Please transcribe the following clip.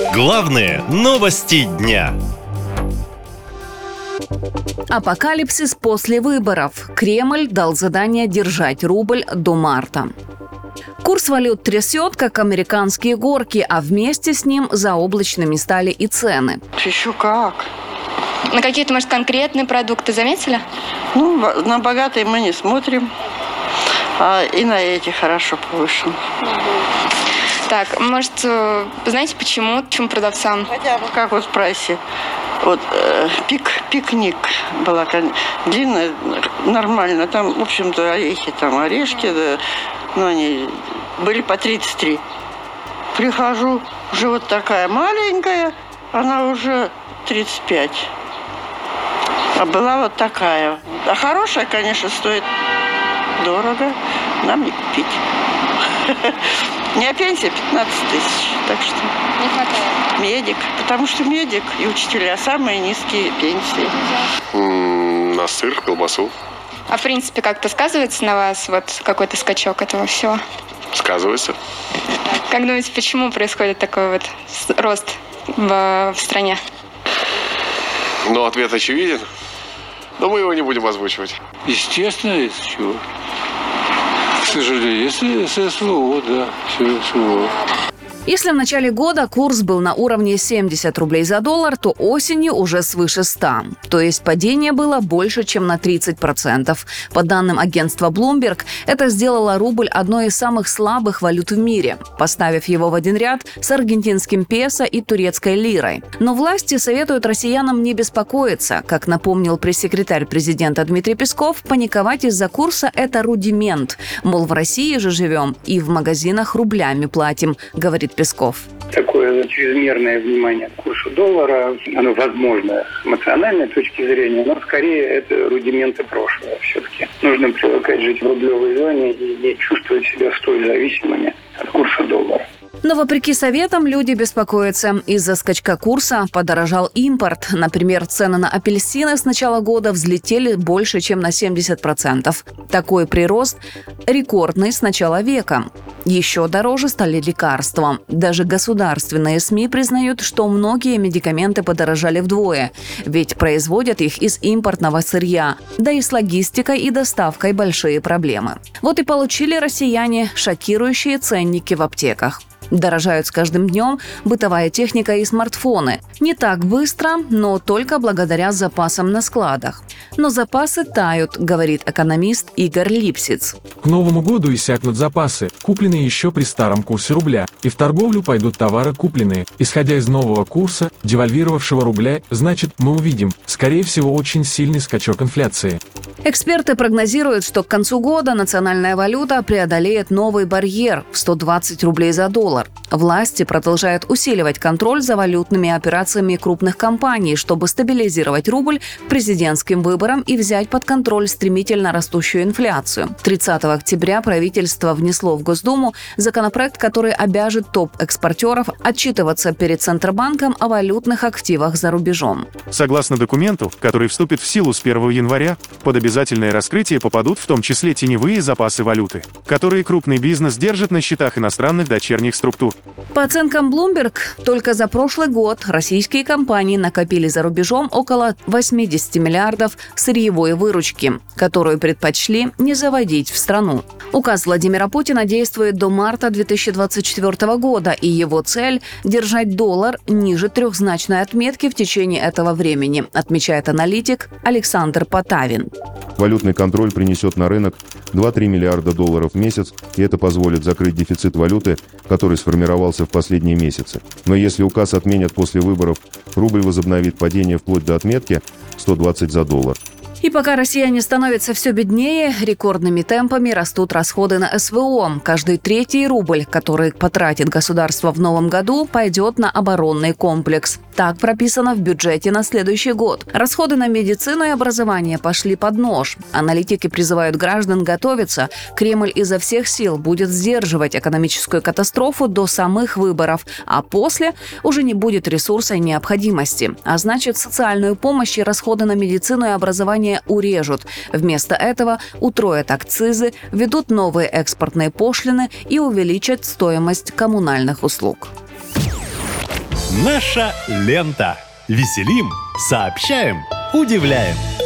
Главные новости дня. Апокалипсис после выборов. Кремль дал задание держать рубль до марта. Курс валют трясет, как американские горки, а вместе с ним заоблачными стали и цены. Еще как. На какие-то, может, конкретные продукты заметили? На богатые мы не смотрим, а и на эти хорошо повышен. Так, может, знаете, почему продавцам? Хотя бы как вот в прайсе. Вот пикник была длинная, нормально. Там, в общем-то, орехи, орешки, да, но они были по 33. Прихожу, уже вот такая маленькая, она уже 35. А была вот такая. А хорошая, конечно, стоит дорого. Нам не купить. У меня пенсия 15 тысяч, так что... Не хватает. Медик, потому что медик и учителя самые низкие пенсии. На сыр, колбасу. А в принципе, как-то сказывается на вас вот какой-то скачок этого всего? Сказывается. Как думаете, почему происходит такой вот рост в стране? Но ответ очевиден. Но мы его не будем озвучивать. Естественно, из чего? К сожалению, если СВО, да, все СВО. Если в начале года курс был на уровне 70 рублей за доллар, то осенью уже свыше 100. То есть падение было больше, чем на 30%. По данным агентства Bloomberg, это сделало рубль одной из самых слабых валют в мире, поставив его в один ряд с аргентинским песо и турецкой лирой. Но власти советуют россиянам не беспокоиться. Как напомнил пресс-секретарь президента Дмитрий Песков, паниковать из-за курса – это рудимент. Мол, в России же живем и в магазинах рублями платим, говорит Песков. Такое чрезмерное внимание к курсу доллара, оно возможно с эмоциональной точки зрения, но скорее это рудименты прошлого все-таки. Нужно привыкать жить в рублевой зоне и не чувствовать себя столь зависимыми от курса доллара. Но вопреки советам люди беспокоятся. Из-за скачка курса подорожал импорт. Например, цены на апельсины с начала года взлетели больше, чем на 70%. Такой прирост рекордный с начала века. Еще дороже стали лекарства. Даже государственные СМИ признают, что многие медикаменты подорожали вдвое. Ведь производят их из импортного сырья. Да и с логистикой и доставкой большие проблемы. Вот и получили россияне шокирующие ценники в аптеках. Дорожают с каждым днем бытовая техника и смартфоны. Не так быстро, но только благодаря запасам на складах. Но запасы тают, говорит экономист Игорь Липсиц. К Новому году иссякнут запасы, купленные еще при старом курсе рубля, и в торговлю пойдут товары, купленные. Исходя из нового курса, девальвировавшего рубля, значит, мы увидим, скорее всего, очень сильный скачок инфляции. Эксперты прогнозируют, что к концу года национальная валюта преодолеет новый барьер в 120 рублей за доллар. Власти продолжают усиливать контроль за валютными операциями крупных компаний, чтобы стабилизировать рубль к президентским выборам и взять под контроль стремительно растущую инфляцию. 30 октября правительство внесло в Госдуму законопроект, который обяжет топ-экспортеров отчитываться перед Центробанком о валютных активах за рубежом. Согласно документу, который вступит в силу с 1 января, под обязательное раскрытие попадут в том числе теневые запасы валюты, которые крупный бизнес держит на счетах иностранных дочерних структур. По оценкам Bloomberg, только за прошлый год российские компании накопили за рубежом около 80 миллиардов сырьевой выручки, которую предпочли не заводить в страну. Указ Владимира Путина действует до марта 2024 года, и его цель – держать доллар ниже трехзначной отметки в течение этого времени, отмечает аналитик Александр Потавин. Валютный контроль принесет на рынок 2-3 миллиарда долларов в месяц, и это позволит закрыть дефицит валюты, который сформировался в последние месяцы. Но если указ отменят после выборов, рубль возобновит падение вплоть до отметки 120 за доллар. И пока россияне становятся все беднее, рекордными темпами растут расходы на СВО. Каждый третий рубль, который потратит государство в новом году, пойдет на оборонный комплекс. Так прописано в бюджете на следующий год. Расходы на медицину и образование пошли под нож. Аналитики призывают граждан готовиться. Кремль изо всех сил будет сдерживать экономическую катастрофу до самых выборов, а после уже не будет ресурса и необходимости. А значит, социальную помощь и расходы на медицину и образование урежут. Вместо этого утроят акцизы, введут новые экспортные пошлины и увеличат стоимость коммунальных услуг. Наша лента. Веселим, сообщаем, удивляем.